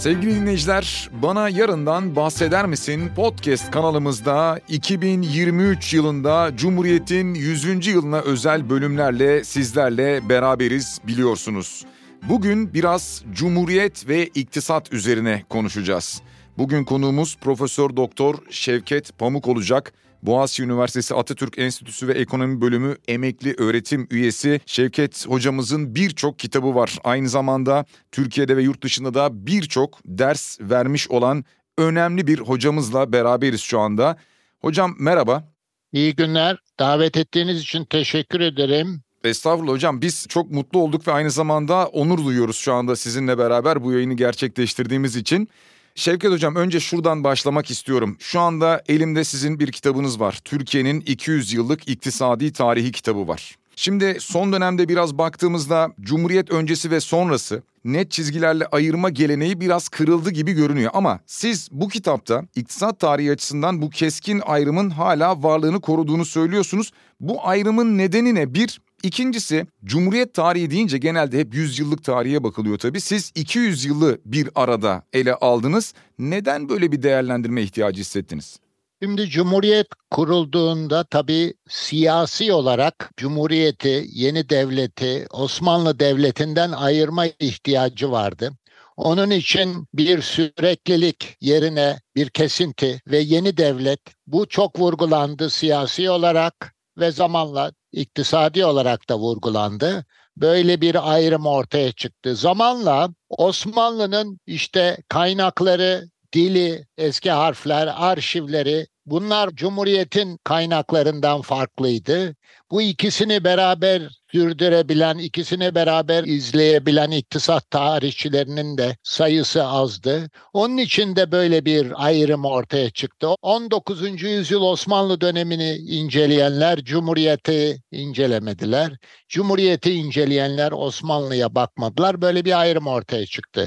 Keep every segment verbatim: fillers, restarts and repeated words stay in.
Sevgili dinleyiciler, Bana Yarından Bahseder Misin podcast kanalımızda iki bin yirmi üç yılında Cumhuriyet'in yüzüncü yılına özel bölümlerle sizlerle beraberiz biliyorsunuz. Bugün biraz Cumhuriyet ve iktisat üzerine konuşacağız. Bugün konuğumuz Profesör Doktor Şevket Pamuk olacak. Boğaziçi Üniversitesi Atatürk Enstitüsü ve Ekonomi Bölümü emekli öğretim üyesi Şevket hocamızın birçok kitabı var. Aynı zamanda Türkiye'de ve yurt dışında da birçok ders vermiş olan önemli bir hocamızla beraberiz şu anda. Hocam merhaba. İyi günler. Davet ettiğiniz için teşekkür ederim. Estağfurullah hocam, biz çok mutlu olduk ve aynı zamanda onur duyuyoruz şu anda sizinle beraber bu yayını gerçekleştirdiğimiz için. Şevket hocam, önce şuradan başlamak istiyorum. Şu anda elimde sizin bir kitabınız var. Türkiye'nin iki yüz yıllık iktisadi tarihi kitabı var. Şimdi son dönemde biraz baktığımızda Cumhuriyet öncesi ve sonrası net çizgilerle ayırma geleneği biraz kırıldı gibi görünüyor. Ama siz bu kitapta iktisat tarihi açısından bu keskin ayrımın hala varlığını koruduğunu söylüyorsunuz. Bu ayrımın nedeni ne? Bir, İkincisi, Cumhuriyet tarihi deyince genelde hep yüz yıllık tarihe bakılıyor tabii. Siz iki yüz yılı bir arada ele aldınız. Neden böyle bir değerlendirme ihtiyacı hissettiniz? Şimdi Cumhuriyet kurulduğunda tabii siyasi olarak Cumhuriyeti, yeni devleti Osmanlı Devleti'nden ayırma ihtiyacı vardı. Onun için bir süreklilik yerine bir kesinti ve yeni devlet, bu çok vurgulandı siyasi olarak ve zamanla iktisadi olarak da vurgulandı. Böyle bir ayrım ortaya çıktı. Zamanla Osmanlı'nın işte kaynakları, dili, eski harfler, arşivleri, bunlar Cumhuriyet'in kaynaklarından farklıydı. Bu ikisini beraber sürdürebilen, ikisini beraber izleyebilen iktisat tarihçilerinin de sayısı azdı. Onun için de böyle bir ayrım ortaya çıktı. on dokuzuncu yüzyıl Osmanlı dönemini inceleyenler Cumhuriyet'i incelemediler. Cumhuriyet'i inceleyenler Osmanlı'ya bakmadılar. Böyle bir ayrım ortaya çıktı.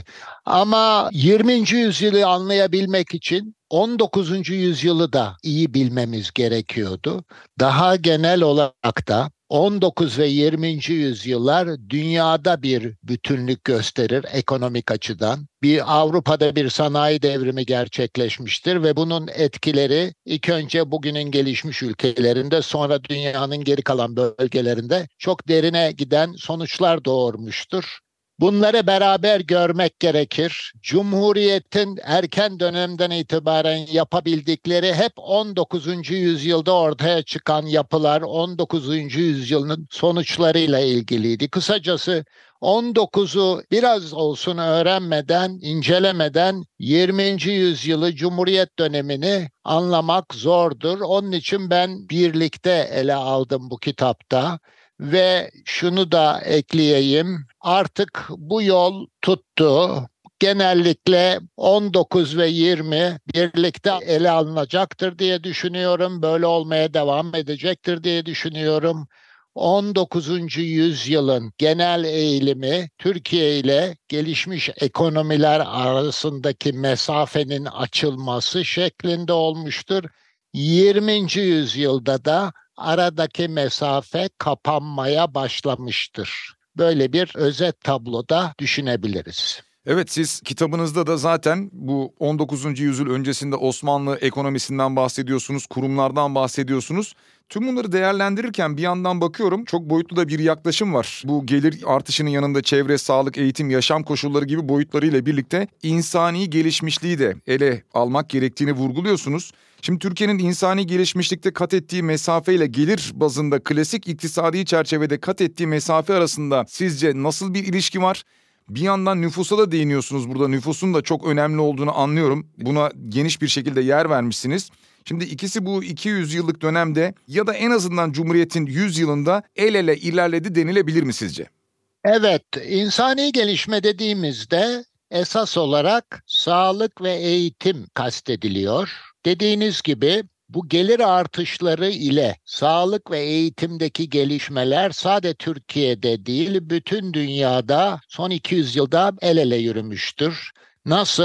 Ama yirminci yüzyılı anlayabilmek için on dokuzuncu yüzyılı da iyi bilmemiz gerekiyordu. Daha genel olarak da on dokuz ve yirminci yüzyıllar dünyada bir bütünlük gösterir ekonomik açıdan. Bir Avrupa'da bir sanayi devrimi gerçekleşmiştir ve bunun etkileri ilk önce bugünün gelişmiş ülkelerinde, sonra dünyanın geri kalan bölgelerinde çok derine giden sonuçlar doğurmuştur. Bunları beraber görmek gerekir. Cumhuriyet'in erken dönemden itibaren yapabildikleri hep on dokuzuncu yüzyılda ortaya çıkan yapılar, on dokuzuncu yüzyılın sonuçlarıyla ilgiliydi. Kısacası on dokuzu biraz olsun öğrenmeden, incelemeden yirminci yüzyılı Cumhuriyet dönemini anlamak zordur. Onun için ben birlikte ele aldım bu kitapta. Ve şunu da ekleyeyim, artık bu yol tuttu. Genellikle on dokuz ve yirmi birlikte ele alınacaktır diye düşünüyorum. Böyle olmaya devam edecektir diye düşünüyorum. on dokuzuncu yüzyılın genel eğilimi Türkiye ile gelişmiş ekonomiler arasındaki mesafenin açılması şeklinde olmuştur. yirminci yüzyılda da aradaki mesafe kapanmaya başlamıştır. Böyle bir özet tabloda düşünebiliriz. Evet, siz kitabınızda da zaten bu on dokuzuncu yüzyıl öncesinde Osmanlı ekonomisinden bahsediyorsunuz, kurumlardan bahsediyorsunuz. Tüm bunları değerlendirirken bir yandan bakıyorum, çok boyutlu da bir yaklaşım var. Bu gelir artışının yanında çevre, sağlık, eğitim, yaşam koşulları gibi boyutlarıyla birlikte insani gelişmişliği de ele almak gerektiğini vurguluyorsunuz. Şimdi Türkiye'nin insani gelişmişlikte kat ettiği mesafeyle gelir bazında klasik iktisadi çerçevede kat ettiği mesafe arasında sizce nasıl bir ilişki var? Bir yandan nüfusa da değiniyorsunuz burada. Nüfusun da çok önemli olduğunu anlıyorum. Buna geniş bir şekilde yer vermişsiniz. Şimdi ikisi bu iki yüz yıllık dönemde ya da en azından Cumhuriyet'in yüz yılında el ele ilerledi denilebilir mi sizce? Evet, insani gelişme dediğimizde esas olarak sağlık ve eğitim kastediliyor. Dediğiniz gibi bu gelir artışları ile sağlık ve eğitimdeki gelişmeler sadece Türkiye'de değil, bütün dünyada son iki yüz yılda el ele yürümüştür. Nasıl?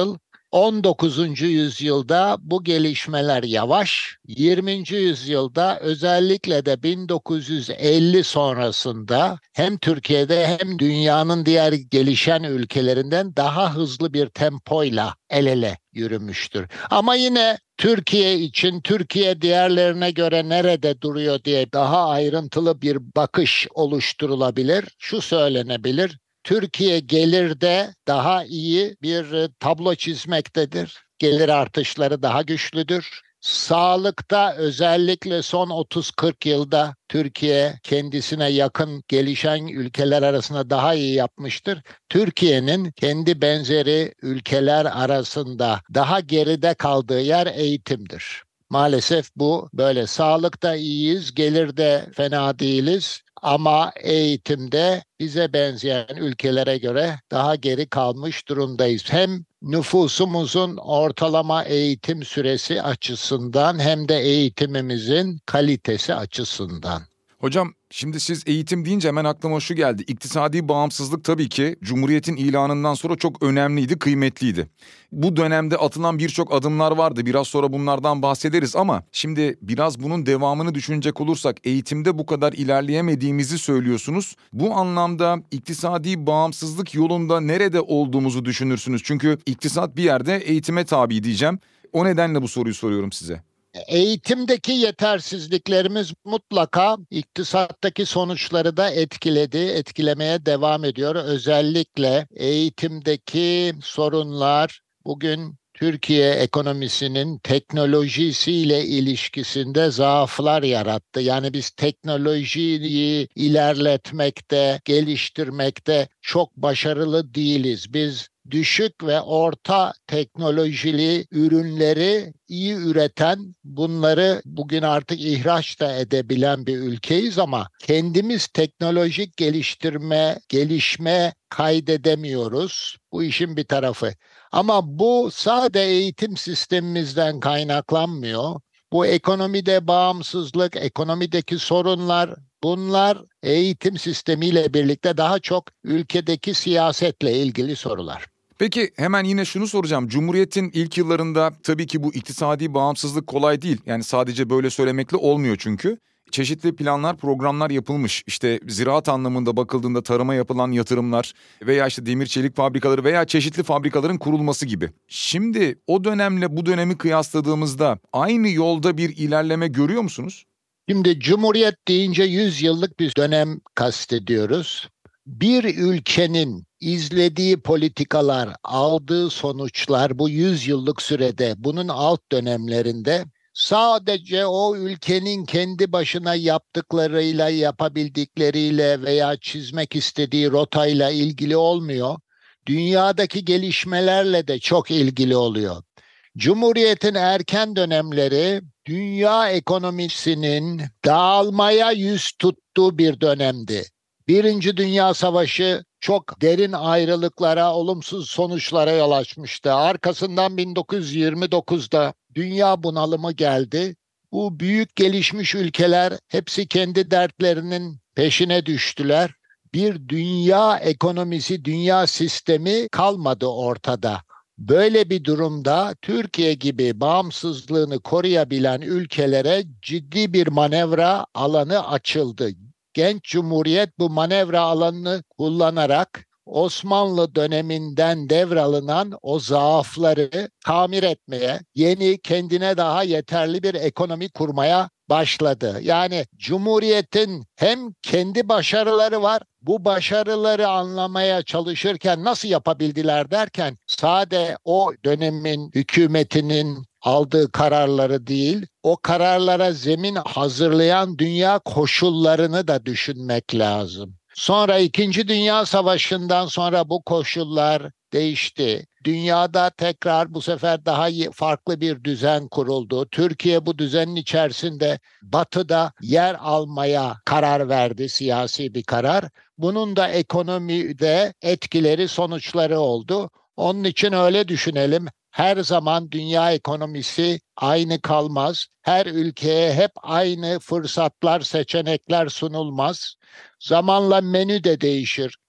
on dokuzuncu yüzyılda bu gelişmeler yavaş, yirminci yüzyılda özellikle de bin dokuz yüz elli sonrasında hem Türkiye'de hem dünyanın diğer gelişen ülkelerinden daha hızlı bir tempoyla el ele yürümüştür. Ama yine Türkiye için Türkiye diğerlerine göre nerede duruyor diye daha ayrıntılı bir bakış oluşturulabilir. Şu söylenebilir: Türkiye gelirde daha iyi bir tablo çizmektedir. Gelir artışları daha güçlüdür. Sağlıkta özellikle son otuz kırk yılda Türkiye kendisine yakın gelişen ülkeler arasında daha iyi yapmıştır. Türkiye'nin kendi benzeri ülkeler arasında daha geride kaldığı yer eğitimdir. Maalesef bu böyle. Sağlıkta iyiyiz, gelirde fena değiliz. Ama eğitimde bize benzeyen ülkelere göre daha geri kalmış durumdayız. Hem nüfusumuzun ortalama eğitim süresi açısından hem de eğitimimizin kalitesi açısından. Hocam şimdi siz eğitim deyince hemen aklıma şu geldi. İktisadi bağımsızlık tabii ki Cumhuriyet'in ilanından sonra çok önemliydi, kıymetliydi. Bu dönemde atılan birçok adımlar vardı. Biraz sonra bunlardan bahsederiz ama şimdi biraz bunun devamını düşünecek olursak eğitimde bu kadar ilerleyemediğimizi söylüyorsunuz. Bu anlamda iktisadi bağımsızlık yolunda nerede olduğumuzu düşünürsünüz? Çünkü iktisat bir yerde eğitime tabi diyeceğim. O nedenle bu soruyu soruyorum size. Eğitimdeki yetersizliklerimiz mutlaka iktisattaki sonuçları da etkiledi, etkilemeye devam ediyor. Özellikle eğitimdeki sorunlar bugün Türkiye ekonomisinin teknolojisiyle ilişkisinde zaaflar yarattı. Yani biz teknolojiyi ilerletmekte, geliştirmekte çok başarılı değiliz. Biz düşük ve orta teknolojili ürünleri iyi üreten, bunları bugün artık ihraç da edebilen bir ülkeyiz ama kendimiz teknolojik geliştirme, gelişme kaydedemiyoruz. Bu işin bir tarafı. Ama bu sadece eğitim sistemimizden kaynaklanmıyor. Bu ekonomide bağımsızlık, ekonomideki sorunlar, bunlar eğitim sistemiyle birlikte daha çok ülkedeki siyasetle ilgili sorular. Peki hemen yine şunu soracağım. Cumhuriyet'in ilk yıllarında tabii ki bu iktisadi bağımsızlık kolay değil. Yani sadece böyle söylemekle olmuyor çünkü. Çeşitli planlar, programlar yapılmış. İşte ziraat anlamında bakıldığında tarıma yapılan yatırımlar veya işte demir çelik fabrikaları veya çeşitli fabrikaların kurulması gibi. Şimdi o dönemle bu dönemi kıyasladığımızda aynı yolda bir ilerleme görüyor musunuz? Şimdi Cumhuriyet deyince yüz yıllık bir dönem kastediyoruz. Bir ülkenin izlediği politikalar, aldığı sonuçlar bu yüz yıllık sürede, bunun alt dönemlerinde sadece o ülkenin kendi başına yaptıklarıyla, yapabildikleriyle veya çizmek istediği rotayla ilgili olmuyor. Dünyadaki gelişmelerle de çok ilgili oluyor. Cumhuriyetin erken dönemleri dünya ekonomisinin dağılmaya yüz tuttuğu bir dönemdi. Birinci Dünya Savaşı çok derin ayrılıklara, olumsuz sonuçlara yol açmıştı. Arkasından bin dokuz yüz yirmi dokuzda dünya bunalımı geldi. Bu büyük gelişmiş ülkeler hepsi kendi dertlerinin peşine düştüler. Bir dünya ekonomisi, dünya sistemi kalmadı ortada. Böyle bir durumda Türkiye gibi bağımsızlığını koruyabilen ülkelere ciddi bir manevra alanı açıldı. Genç Cumhuriyet bu manevra alanını kullanarak Osmanlı döneminden devralınan o zaafları tamir etmeye, yeni kendine daha yeterli bir ekonomi kurmaya başladı. Yani Cumhuriyet'in hem kendi başarıları var, bu başarıları anlamaya çalışırken nasıl yapabildiler derken sade o dönemin hükümetinin aldığı kararları değil, o kararlara zemin hazırlayan dünya koşullarını da düşünmek lazım. Sonra İkinci Dünya Savaşı'ndan sonra bu koşullar değişti. Dünyada tekrar bu sefer daha farklı bir düzen kuruldu. Türkiye bu düzenin içerisinde Batı'da yer almaya karar verdi, siyasi bir karar. Bunun da ekonomide etkileri, sonuçları oldu. Onun için öyle düşünelim. Her zaman dünya ekonomisi aynı kalmaz. Her ülkeye hep aynı fırsatlar, seçenekler sunulmaz. Zamanla menü de değişir.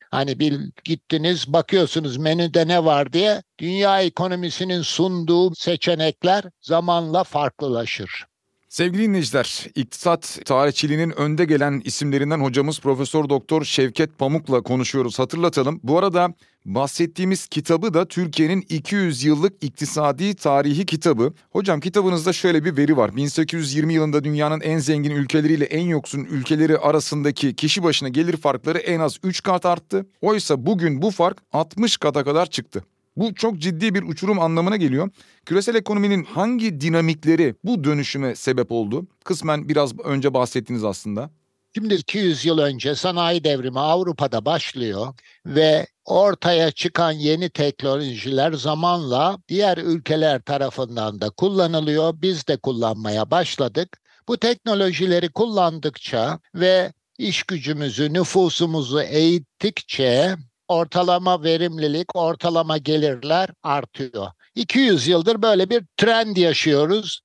Hani bir gittiniz bakıyorsunuz menüde ne var diye, dünya ekonomisinin sunduğu seçenekler zamanla farklılaşır. Sevgili dinleyiciler, iktisat tarihçiliğinin önde gelen isimlerinden hocamız Profesör Doktor Şevket Pamuk'la konuşuyoruz. Hatırlatalım. Bu arada bahsettiğimiz kitabı da Türkiye'nin iki yüz yıllık iktisadi tarihi kitabı. Hocam, kitabınızda şöyle bir veri var. bin sekiz yüz yirmi yılında dünyanın en zengin ülkeleriyle en yoksun ülkeleri arasındaki kişi başına gelir farkları en az üç kat arttı. Oysa bugün bu fark altmış kata kadar çıktı. Bu çok ciddi bir uçurum anlamına geliyor. Küresel ekonominin hangi dinamikleri bu dönüşüme sebep oldu? Kısmen biraz önce bahsettiniz aslında. Şimdi iki yüz yıl önce sanayi devrimi Avrupa'da başlıyor ve ortaya çıkan yeni teknolojiler zamanla diğer ülkeler tarafından da kullanılıyor. Biz de kullanmaya başladık. Bu teknolojileri kullandıkça ve iş gücümüzü, nüfusumuzu eğittikçe ortalama verimlilik, ortalama gelirler artıyor. iki yüz yıldır böyle bir trend yaşıyoruz.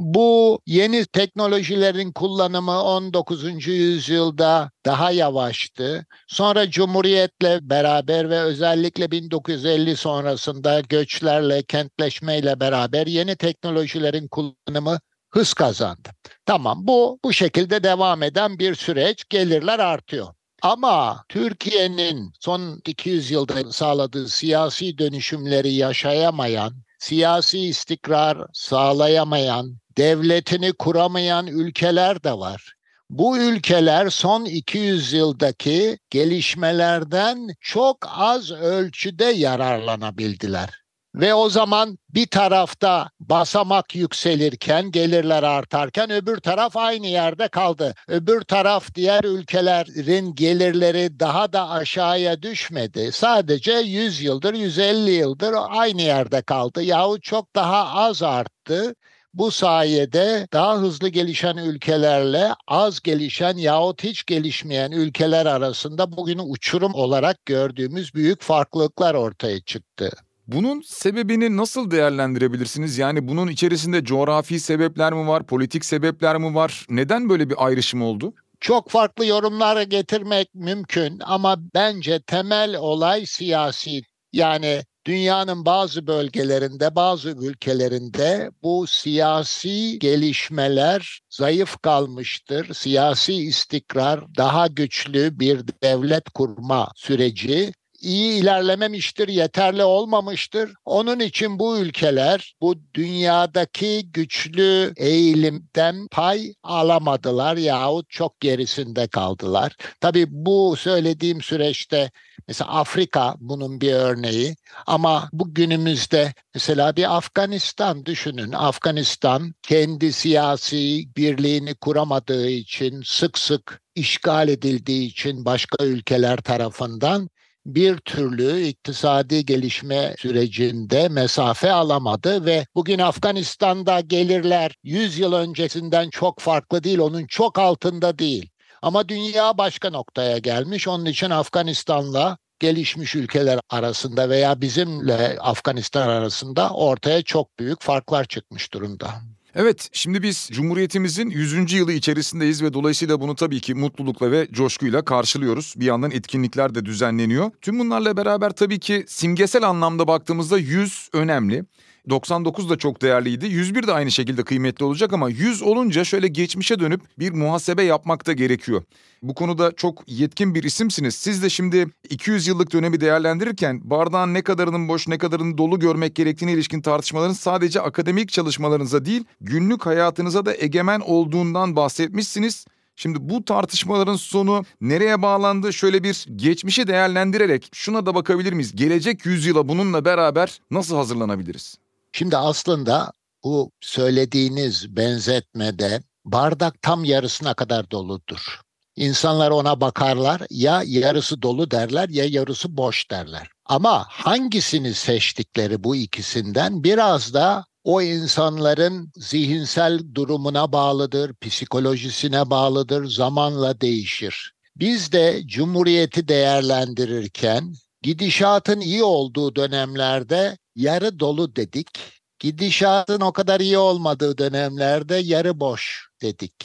Bu yeni teknolojilerin kullanımı on dokuzuncu yüzyılda daha yavaştı. Sonra Cumhuriyet'le beraber ve özellikle bin dokuz yüz elli sonrasında göçlerle, kentleşmeyle beraber yeni teknolojilerin kullanımı hız kazandı. Tamam, bu bu şekilde devam eden bir süreç, gelirler artıyor. Ama Türkiye'nin son iki yüz yılda sağladığı siyasi dönüşümleri yaşayamayan, siyasi istikrar sağlayamayan, devletini kuramayan ülkeler de var. Bu ülkeler son iki yüz yıldaki gelişmelerden çok az ölçüde yararlanabildiler. Ve o zaman bir tarafta basamak yükselirken, gelirler artarken öbür taraf aynı yerde kaldı. Öbür taraf diğer ülkelerin gelirleri daha da aşağıya düşmedi. Sadece yüz yıldır, yüz elli yıldır aynı yerde kaldı. Yahut çok daha az arttı. Bu sayede daha hızlı gelişen ülkelerle az gelişen yahut hiç gelişmeyen ülkeler arasında bugün uçurum olarak gördüğümüz büyük farklılıklar ortaya çıktı. Bunun sebebini nasıl değerlendirebilirsiniz? Yani bunun içerisinde coğrafi sebepler mi var, politik sebepler mi var? Neden böyle bir ayrışım oldu? Çok farklı yorumlar getirmek mümkün ama bence temel olay siyasi. Yani dünyanın bazı bölgelerinde, bazı ülkelerinde bu siyasi gelişmeler zayıf kalmıştır. Siyasi istikrar, daha güçlü bir devlet kurma süreci iyi ilerlememiştir, yeterli olmamıştır. Onun için bu ülkeler bu dünyadaki güçlü eğilimden pay alamadılar yahut çok gerisinde kaldılar. Tabii bu söylediğim süreçte mesela Afrika bunun bir örneği ama bugünümüzde mesela bir Afganistan düşünün. Afganistan kendi siyasi birliğini kuramadığı için, sık sık işgal edildiği için başka ülkeler tarafından bir türlü iktisadi gelişme sürecinde mesafe alamadı ve bugün Afganistan'da gelirler yüz yıl öncesinden çok farklı değil, onun çok altında değil. Ama dünya başka noktaya gelmiş. Onun için Afganistan'la gelişmiş ülkeler arasında veya bizimle Afganistan arasında ortaya çok büyük farklar çıkmış durumda. Evet, şimdi biz Cumhuriyetimizin yüzüncü yılı içerisindeyiz ve dolayısıyla bunu tabii ki mutlulukla ve coşkuyla karşılıyoruz. Bir yandan etkinlikler de düzenleniyor. Tüm bunlarla beraber tabii ki simgesel anlamda baktığımızda yüz önemli. doksan dokuz da çok değerliydi. yüz bir de aynı şekilde kıymetli olacak ama yüz olunca şöyle geçmişe dönüp bir muhasebe yapmak da gerekiyor. Bu konuda çok yetkin bir isimsiniz. Siz de şimdi iki yüz yıllık dönemi değerlendirirken bardağın ne kadarının boş ne kadarının dolu görmek gerektiğine ilişkin tartışmaların sadece akademik çalışmalarınıza değil günlük hayatınıza da egemen olduğundan bahsetmişsiniz. Şimdi bu tartışmaların sonu nereye bağlandı? Şöyle bir geçmişi değerlendirerek şuna da bakabilir miyiz? Gelecek yüzyıla bununla beraber nasıl hazırlanabiliriz? Şimdi aslında bu söylediğiniz benzetmede bardak tam yarısına kadar doludur. İnsanlar ona bakarlar, ya yarısı dolu derler ya yarısı boş derler. Ama hangisini seçtikleri bu ikisinden biraz da o insanların zihinsel durumuna bağlıdır, psikolojisine bağlıdır, zamanla değişir. Biz de Cumhuriyeti değerlendirirken gidişatın iyi olduğu dönemlerde yarı dolu dedik. Gidişatın o kadar iyi olmadığı dönemlerde yarı boş dedik.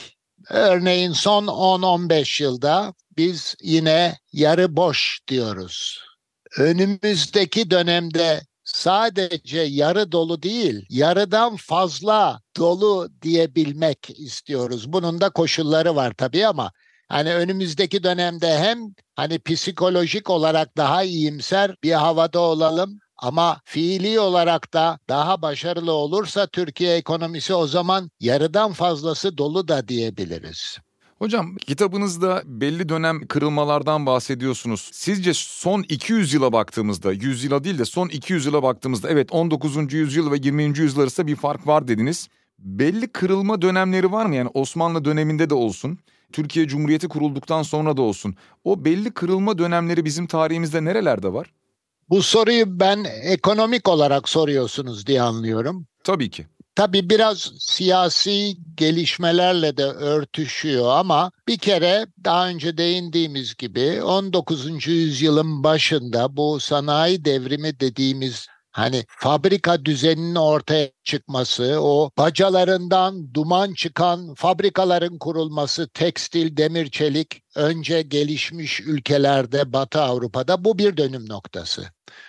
Örneğin son on on beş yılda biz yine yarı boş diyoruz. Önümüzdeki dönemde sadece yarı dolu değil, yarıdan fazla dolu diyebilmek istiyoruz. Bunun da koşulları var tabii ama hani önümüzdeki dönemde hem hani psikolojik olarak daha iyimser bir havada olalım ama fiili olarak da daha başarılı olursa Türkiye ekonomisi o zaman yarıdan fazlası dolu da diyebiliriz. Hocam, kitabınızda belli dönem kırılmalardan bahsediyorsunuz. Sizce son iki yüz yıla baktığımızda, yüz yıla değil de son iki yüz yıla baktığımızda, evet ondokuzuncu yüzyıl ve yirminci yüzyıl arasında bir fark var dediniz. Belli kırılma dönemleri var mı? Yani Osmanlı döneminde de olsun, Türkiye Cumhuriyeti kurulduktan sonra da olsun. O belli kırılma dönemleri bizim tarihimizde nerelerde var? Bu soruyu ben ekonomik olarak soruyorsunuz diye anlıyorum. Tabii ki. Tabii biraz siyasi gelişmelerle de örtüşüyor ama bir kere daha önce değindiğimiz gibi on dokuzuncu yüzyılın başında bu sanayi devrimi dediğimiz hani fabrika düzeninin ortaya çıkması, o bacalarından duman çıkan fabrikaların kurulması, tekstil, demir, çelik önce gelişmiş ülkelerde, Batı Avrupa'da bu bir dönüm noktası.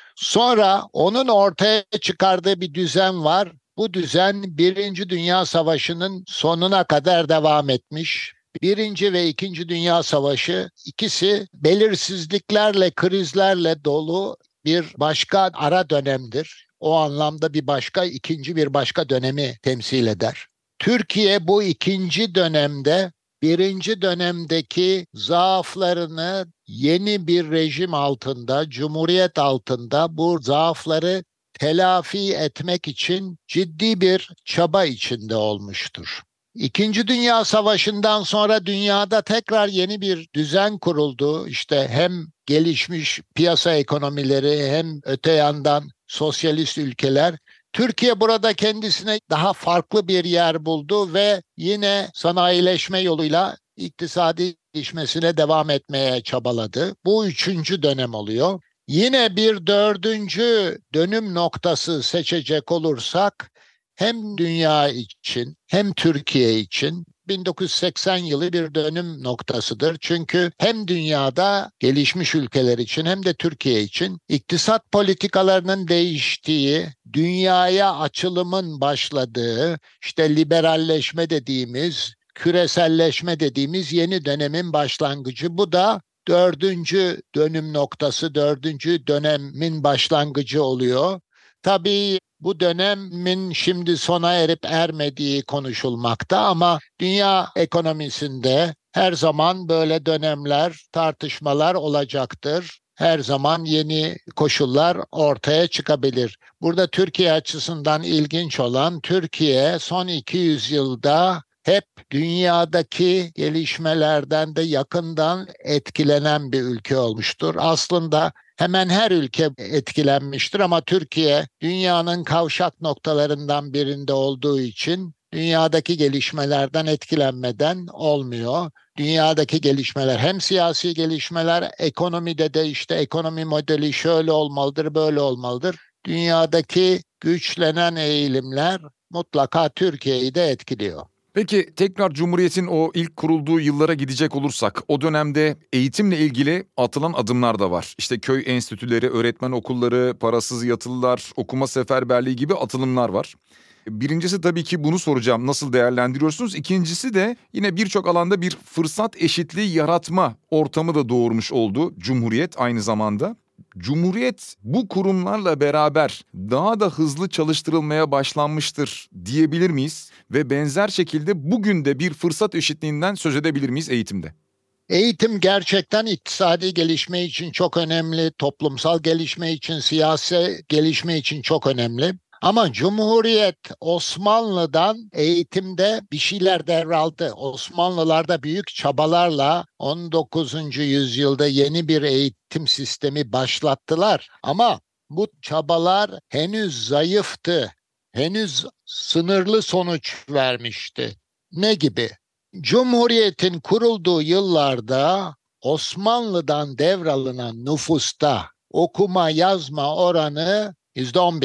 Sonra onun ortaya çıkardığı bir düzen var. Bu düzen Birinci Dünya Savaşı'nın sonuna kadar devam etmiş. Birinci ve İkinci Dünya Savaşı ikisi belirsizliklerle, krizlerle dolu bir başka ara dönemdir. O anlamda bir başka, ikinci bir başka dönemi temsil eder. Türkiye bu ikinci dönemde birinci dönemdeki zaaflarını yeni bir rejim altında, cumhuriyet altında bu zaafları telafi etmek için ciddi bir çaba içinde olmuştur. İkinci Dünya Savaşı'ndan sonra dünyada tekrar yeni bir düzen kuruldu. İşte hem gelişmiş piyasa ekonomileri hem öte yandan sosyalist ülkeler. Türkiye burada kendisine daha farklı bir yer buldu ve yine sanayileşme yoluyla iktisadi gelişmesine devam etmeye çabaladı. Bu üçüncü dönem oluyor. Yine bir dördüncü dönüm noktası seçecek olursak hem dünya için hem Türkiye için bin dokuz yüz seksen yılı bir dönüm noktasıdır. Çünkü hem dünyada gelişmiş ülkeler için hem de Türkiye için iktisat politikalarının değiştiği, dünyaya açılımın başladığı, işte liberalleşme dediğimiz, küreselleşme dediğimiz yeni dönemin başlangıcı. Bu da dördüncü dönüm noktası, dördüncü dönemin başlangıcı oluyor. Tabii bu dönemin şimdi sona erip ermediği konuşulmakta ama dünya ekonomisinde her zaman böyle dönemler, tartışmalar olacaktır. Her zaman yeni koşullar ortaya çıkabilir. Burada Türkiye açısından ilginç olan, Türkiye son iki yüz yılda hep dünyadaki gelişmelerden de yakından etkilenen bir ülke olmuştur. Aslında hemen her ülke etkilenmiştir ama Türkiye dünyanın kavşak noktalarından birinde olduğu için dünyadaki gelişmelerden etkilenmeden olmuyor. Dünyadaki gelişmeler hem siyasi gelişmeler, ekonomide de işte ekonomi modeli şöyle olmalıdır, böyle olmalıdır. Dünyadaki güçlenen eğilimler mutlaka Türkiye'yi de etkiliyor. Peki tekrar Cumhuriyet'in o ilk kurulduğu yıllara gidecek olursak, o dönemde eğitimle ilgili atılan adımlar da var. İşte köy enstitüleri, öğretmen okulları, parasız yatılılar, okuma seferberliği gibi atılımlar var. Birincisi tabii ki bunu soracağım, nasıl değerlendiriyorsunuz? İkincisi de yine birçok alanda bir fırsat eşitliği yaratma ortamı da doğurmuş oldu Cumhuriyet aynı zamanda. Cumhuriyet bu kurumlarla beraber daha da hızlı çalıştırılmaya başlanmıştır diyebilir miyiz? Ve benzer şekilde bugün de bir fırsat eşitliğinden söz edebilir miyiz eğitimde? Eğitim gerçekten iktisadi gelişme için çok önemli, toplumsal gelişme için, siyasi gelişme için çok önemli. Ama Cumhuriyet Osmanlı'dan eğitimde bir şeyler devraldı. Osmanlılar da büyük çabalarla on dokuzuncu yüzyılda yeni bir eğitim sistemi başlattılar. Ama bu çabalar henüz zayıftı. Henüz sınırlı sonuç vermişti. Ne gibi? Cumhuriyetin kurulduğu yıllarda Osmanlı'dan devralınan nüfusta okuma yazma oranı yüzde on bir.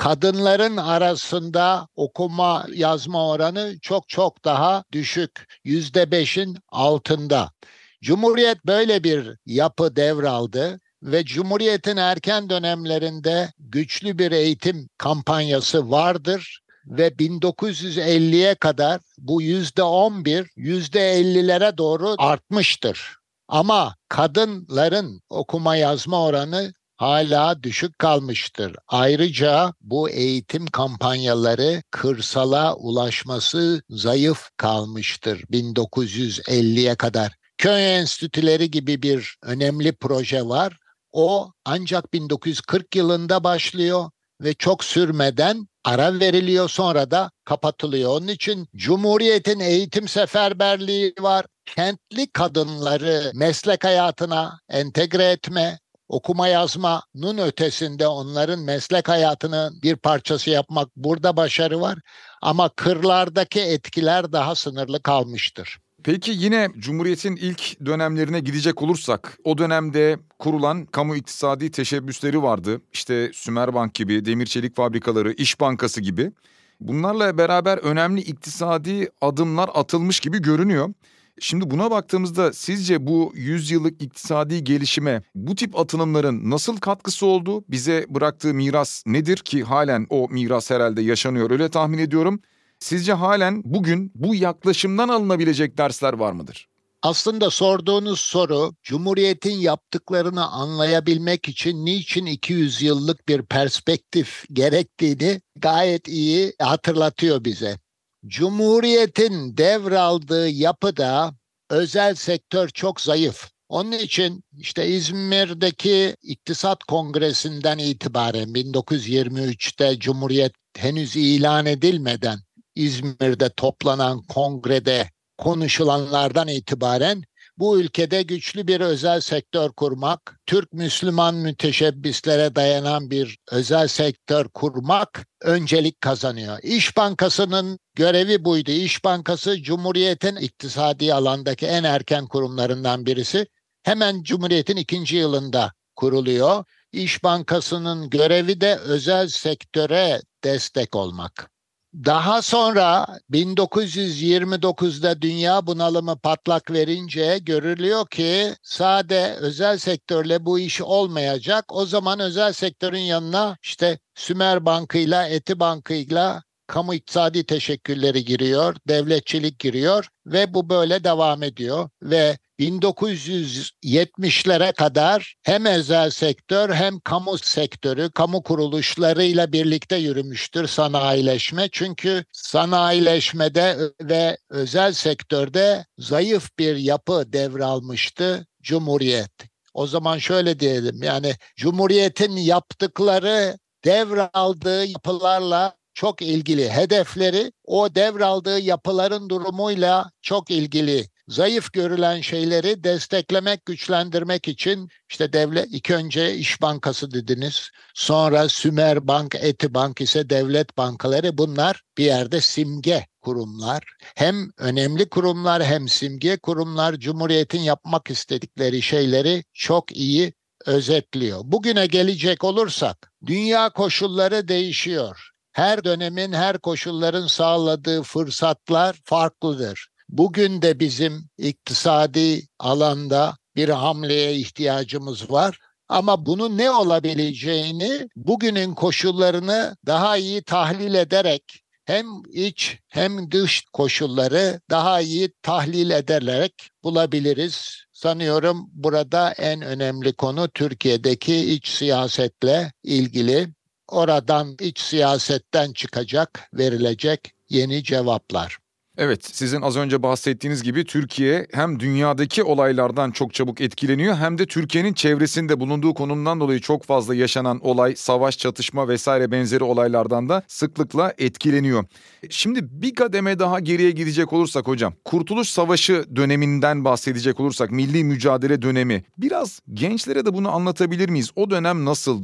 kadınların arasında okuma yazma oranı çok çok daha düşük. yüzde beşin altında. Cumhuriyet böyle bir yapı devraldı ve Cumhuriyet'in erken dönemlerinde güçlü bir eğitim kampanyası vardır ve bin dokuz yüz elliye kadar bu yüzde on bir, yüzde ellilere doğru artmıştır. Ama kadınların okuma yazma oranı hala düşük kalmıştır. Ayrıca bu eğitim kampanyaları kırsala ulaşması zayıf kalmıştır bin dokuz yüz elliye kadar. Köy enstitüleri gibi bir önemli proje var. O ancak bin dokuz yüz kırk yılında başlıyor ve çok sürmeden ara veriliyor, sonra da kapatılıyor. Onun için Cumhuriyet'in eğitim seferberliği var. Kentli kadınları meslek hayatına entegre etme, okuma yazmanın ötesinde onların meslek hayatının bir parçası yapmak, burada başarı var. Ama kırlardaki etkiler daha sınırlı kalmıştır. Peki yine Cumhuriyet'in ilk dönemlerine gidecek olursak, o dönemde kurulan kamu iktisadi teşebbüsleri vardı. İşte Sümerbank gibi, demir çelik fabrikaları, İş Bankası gibi. Bunlarla beraber önemli iktisadi adımlar atılmış gibi görünüyor. Şimdi buna baktığımızda sizce bu yüz yıllık iktisadi gelişime bu tip atılımların nasıl katkısı oldu? Bize bıraktığı miras nedir ki halen o miras herhalde yaşanıyor, öyle tahmin ediyorum. Sizce halen bugün bu yaklaşımdan alınabilecek dersler var mıdır? Aslında sorduğunuz soru, Cumhuriyet'in yaptıklarını anlayabilmek için niçin iki yüz yıllık bir perspektif gerektiğini gayet iyi hatırlatıyor bize. Cumhuriyet'in devraldığı yapıda özel sektör çok zayıf. Onun için işte İzmir'deki İktisat Kongresi'nden itibaren bin dokuz yüz yirmi üçte Cumhuriyet henüz ilan edilmeden İzmir'de toplanan kongrede konuşulanlardan itibaren bu ülkede güçlü bir özel sektör kurmak, Türk Müslüman müteşebbislere dayanan bir özel sektör kurmak öncelik kazanıyor. İş Bankası'nın görevi buydu. İş Bankası Cumhuriyet'in iktisadi alandaki en erken kurumlarından birisi. Hemen Cumhuriyet'in ikinci yılında kuruluyor. İş Bankası'nın görevi de özel sektöre destek olmak. Daha sonra bin dokuz yüz yirmi dokuzda dünya bunalımı patlak verince görülüyor ki sade özel sektörle bu iş olmayacak. O zaman özel sektörün yanına işte Sümer Bankı'yla, Eti Bankı'yla kamu iktisadi teşekkülleri giriyor, devletçilik giriyor ve bu böyle devam ediyor. Ve bin dokuz yüz yetmişlere kadar hem özel sektör hem kamu sektörü, kamu kuruluşlarıyla birlikte yürümüştür sanayileşme. Çünkü sanayileşmede ve özel sektörde zayıf bir yapı devralmıştı Cumhuriyet. O zaman şöyle diyelim, yani Cumhuriyet'in yaptıkları devraldığı yapılarla çok ilgili, hedefleri o devraldığı yapıların durumuyla çok ilgili. Zayıf görülen şeyleri desteklemek, güçlendirmek için işte devlet, ilk önce İş Bankası dediniz, sonra Sümer Bank, Eti Bank ise devlet bankaları, bunlar bir yerde simge kurumlar. Hem önemli kurumlar hem simge kurumlar, Cumhuriyet'in yapmak istedikleri şeyleri çok iyi özetliyor. Bugüne gelecek olursak, dünya koşulları değişiyor. Her dönemin, her koşulların sağladığı fırsatlar farklıdır. Bugün de bizim iktisadi alanda bir hamleye ihtiyacımız var. Ama bunun ne olabileceğini, bugünün koşullarını daha iyi tahlil ederek, hem iç hem dış koşulları daha iyi tahlil ederek bulabiliriz. Sanıyorum burada en önemli konu Türkiye'deki iç siyasetle ilgili. Oradan, iç siyasetten çıkacak, verilecek yeni cevaplar. Evet, sizin az önce bahsettiğiniz gibi Türkiye hem dünyadaki olaylardan çok çabuk etkileniyor hem de Türkiye'nin çevresinde bulunduğu konumdan dolayı çok fazla yaşanan olay, savaş, çatışma vesaire benzeri olaylardan da sıklıkla etkileniyor. Şimdi bir kademe daha geriye gidecek olursak hocam, Kurtuluş Savaşı döneminden bahsedecek olursak, milli mücadele dönemi, biraz gençlere de bunu anlatabilir miyiz? O dönem nasıldı?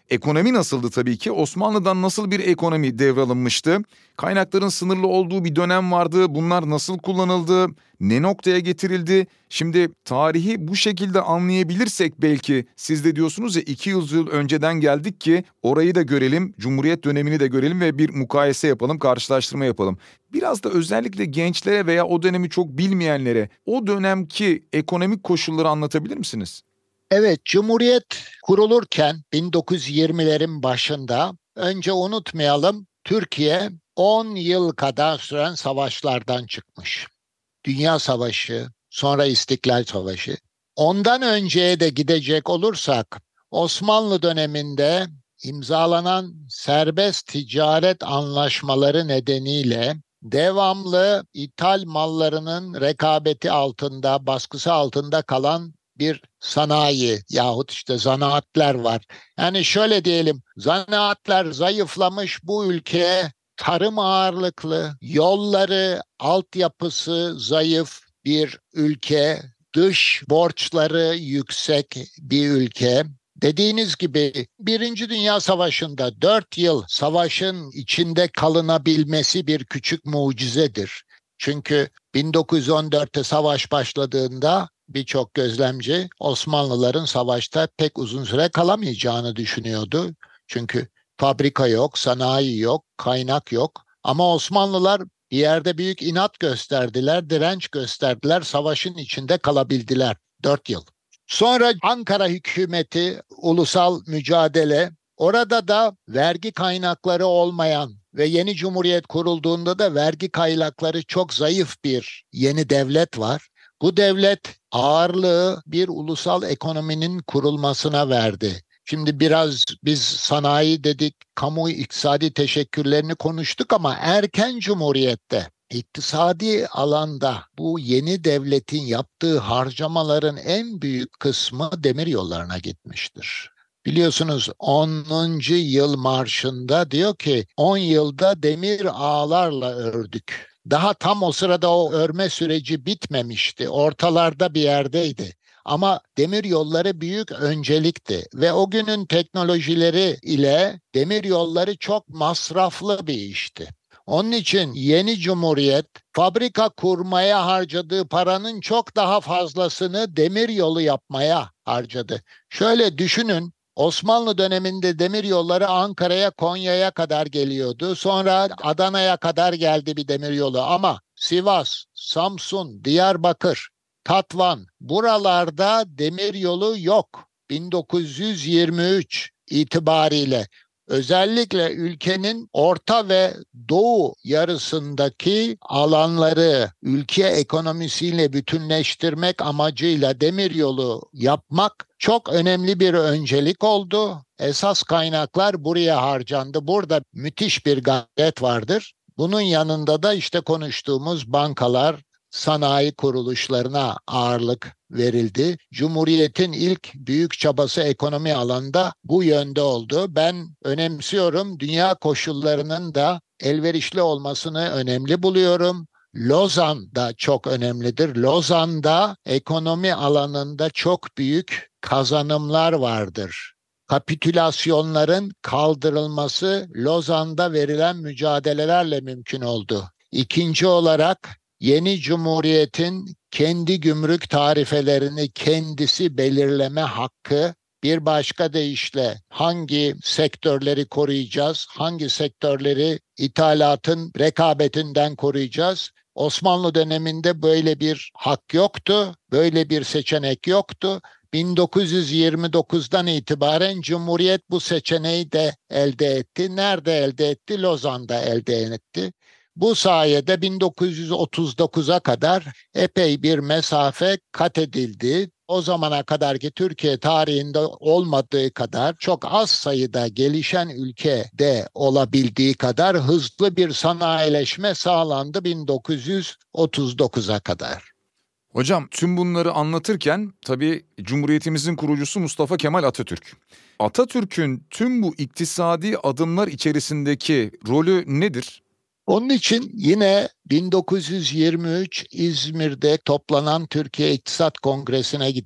Ekonomi nasıldı tabii ki? Osmanlı'dan nasıl bir ekonomi devralınmıştı? Kaynakların sınırlı olduğu bir dönem vardı. Bunlar nasıl kullanıldı? Ne noktaya getirildi? Şimdi tarihi bu şekilde anlayabilirsek belki siz de diyorsunuz ya iki yüz yıl önceden geldik ki orayı da görelim, Cumhuriyet dönemini de görelim ve bir mukayese yapalım, karşılaştırma yapalım. Biraz da özellikle gençlere veya o dönemi çok bilmeyenlere o dönemki ekonomik koşulları anlatabilir misiniz? Evet, Cumhuriyet kurulurken bin dokuz yüz yirmilerin başında önce unutmayalım Türkiye on yıl kadar süren savaşlardan çıkmış. Dünya Savaşı, sonra İstiklal Savaşı. Ondan önceye de gidecek olursak Osmanlı döneminde imzalanan serbest ticaret anlaşmaları nedeniyle devamlı ithal mallarının rekabeti altında, baskısı altında kalan bir sanayi yahut işte zanaatler var. Yani şöyle diyelim, zanaatler zayıflamış, bu ülke tarım ağırlıklı, yolları, altyapısı zayıf bir ülke, dış borçları yüksek bir ülke. Dediğiniz gibi Birinci Dünya Savaşı'nda dört yıl savaşın içinde kalınabilmesi bir küçük mucizedir. Çünkü bin dokuz yüz on dörtte savaş başladığında birçok gözlemci Osmanlıların savaşta pek uzun süre kalamayacağını düşünüyordu. Çünkü fabrika yok, sanayi yok, kaynak yok. Ama Osmanlılar bir yerde büyük inat gösterdiler, direnç gösterdiler, savaşın içinde kalabildiler dört yıl. Sonra Ankara hükümeti, ulusal mücadele, orada da vergi kaynakları olmayan ve yeni cumhuriyet kurulduğunda da vergi kaynakları çok zayıf bir yeni devlet var. Bu devlet ağırlığı bir ulusal ekonominin kurulmasına verdi. Şimdi biraz biz sanayi dedik, kamu iktisadi teşekkürlerini konuştuk ama erken cumhuriyette iktisadi alanda bu yeni devletin yaptığı harcamaların en büyük kısmı demiryollarına gitmiştir. Biliyorsunuz onuncu yıl marşında diyor ki on yılda demir ağlarla ördük. Daha tam o sırada o örme süreci bitmemişti. Ortalarda bir yerdeydi. Ama demir yolları büyük öncelikti ve o günün teknolojileri ile demir yolları çok masraflı bir işti. Onun için yeni cumhuriyet fabrika kurmaya harcadığı paranın çok daha fazlasını demir yolu yapmaya harcadı. Şöyle düşünün, Osmanlı döneminde demir yolları Ankara'ya, Konya'ya kadar geliyordu. Sonra Adana'ya kadar geldi bir demir yolu ama Sivas, Samsun, Diyarbakır, Tatvan buralarda demir yolu yok. bin dokuz yüz yirmi üç itibariyle özellikle ülkenin orta ve doğu yarısındaki alanları ülke ekonomisiyle bütünleştirmek amacıyla demiryolu yapmak çok önemli bir öncelik oldu. Esas kaynaklar buraya harcandı. Burada müthiş bir gayret vardır. Bunun yanında da işte konuştuğumuz bankalar, sanayi kuruluşlarına ağırlık verildi. Cumhuriyet'in ilk büyük çabası ekonomi alanında bu yönde oldu. Ben önemsiyorum. Dünya koşullarının da elverişli olmasını önemli buluyorum. Lozan da çok önemlidir. Lozan'da ekonomi alanında çok büyük kazanımlar vardır. Kapitülasyonların kaldırılması Lozan'da verilen mücadelelerle mümkün oldu. İkinci olarak yeni cumhuriyetin kendi gümrük tarifelerini kendisi belirleme hakkı, bir başka deyişle hangi sektörleri koruyacağız, hangi sektörleri ithalatın rekabetinden koruyacağız? Osmanlı döneminde böyle bir hak yoktu, böyle bir seçenek yoktu. bin dokuz yüz yirmi dokuzdan itibaren Cumhuriyet bu seçeneği de elde etti. Nerede elde etti? Lozan'da elde etti. Bu sayede bin dokuz yüz otuz dokuza kadar epey bir mesafe kat edildi. O zamana kadarki Türkiye tarihinde olmadığı kadar çok az sayıda gelişen ülkede olabildiği kadar hızlı bir sanayileşme sağlandı bin dokuz yüz otuz dokuza kadar. Hocam tüm bunları anlatırken tabii Cumhuriyetimizin kurucusu Mustafa Kemal Atatürk. Atatürk'ün tüm bu iktisadi adımlar içerisindeki rolü nedir? Onun için yine bin dokuz yüz yirmi üç İzmir'de toplanan Türkiye İktisat Kongresi'ne gidelim.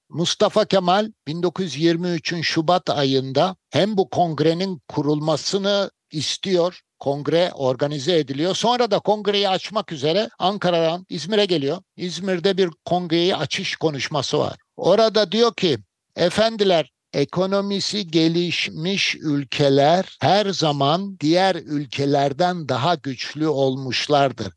Mustafa Kemal bin dokuz yüz yirmi üçün Şubat ayında hem bu kongrenin kurulmasını istiyor, kongre organize ediliyor. Sonra da kongreyi açmak üzere Ankara'dan İzmir'e geliyor. İzmir'de bir kongreyi açış konuşması var. Orada diyor ki, efendiler, ekonomisi gelişmiş ülkeler her zaman diğer ülkelerden daha güçlü olmuşlardır.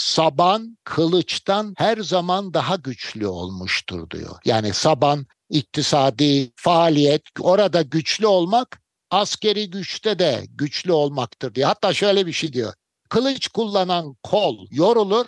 Saban kılıçtan her zaman daha güçlü olmuştur diyor. Yani saban, iktisadi faaliyet, orada güçlü olmak askeri güçte de güçlü olmaktır diyor. Hatta şöyle bir şey diyor. Kılıç kullanan kol yorulur,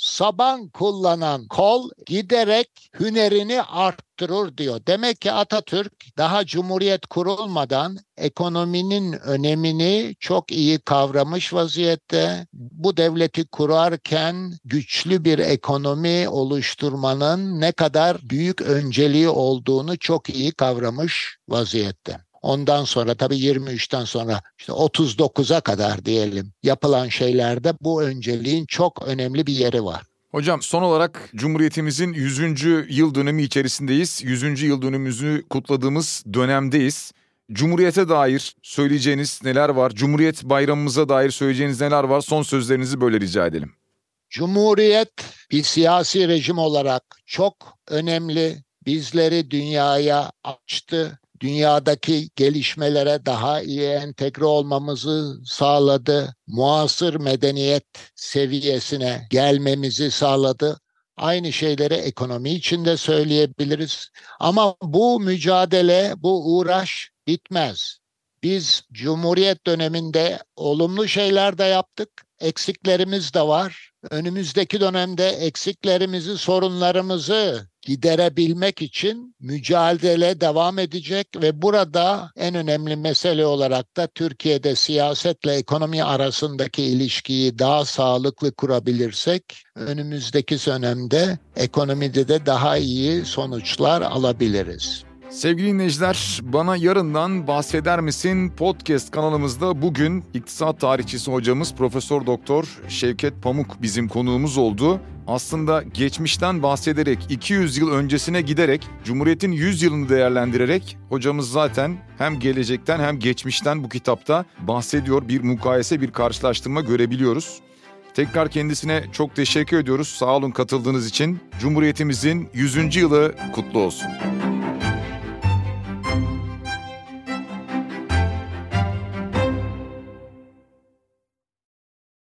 saban kullanan kol giderek hünerini arttırır diyor. Demek ki Atatürk daha Cumhuriyet kurulmadan ekonominin önemini çok iyi kavramış vaziyette. Bu devleti kurarken güçlü bir ekonomi oluşturmanın ne kadar büyük önceliği olduğunu çok iyi kavramış vaziyette. Ondan sonra tabii yirmi üçten sonra işte otuz dokuza kadar diyelim yapılan şeylerde bu önceliğin çok önemli bir yeri var. Hocam, son olarak Cumhuriyetimizin yüzüncü yıl dönümü içerisindeyiz. yüzüncü yıl dönümümüzü kutladığımız dönemdeyiz. Cumhuriyete dair söyleyeceğiniz neler var? Cumhuriyet bayramımıza dair söyleyeceğiniz neler var? Son sözlerinizi böyle rica edelim. Cumhuriyet bir siyasi rejim olarak çok önemli. Bizleri dünyaya açtı. Dünyadaki gelişmelere daha iyi entegre olmamızı sağladı. Muasır medeniyet seviyesine gelmemizi sağladı. Aynı şeyleri ekonomi için de söyleyebiliriz. Ama bu mücadele, bu uğraş bitmez. Biz Cumhuriyet döneminde olumlu şeyler de yaptık. Eksiklerimiz de var. Önümüzdeki dönemde eksiklerimizi, sorunlarımızı giderebilmek için mücadele devam edecek ve burada en önemli mesele olarak da Türkiye'de siyasetle ekonomi arasındaki ilişkiyi daha sağlıklı kurabilirsek önümüzdeki dönemde ekonomide de daha iyi sonuçlar alabiliriz. Sevgili dinleyiciler, Bana Yarından Bahseder Misin podcast kanalımızda bugün iktisat tarihçisi hocamız Profesör Doktor Şevket Pamuk bizim konuğumuz oldu. Aslında geçmişten bahsederek, iki yüz yıl öncesine giderek, Cumhuriyet'in yüz yılını değerlendirerek hocamız zaten hem gelecekten hem geçmişten bu kitapta bahsediyor. Bir mukayese, bir karşılaştırma görebiliyoruz. Tekrar kendisine çok teşekkür ediyoruz. Sağ olun katıldığınız için. Cumhuriyetimizin yüzüncü yılı kutlu olsun.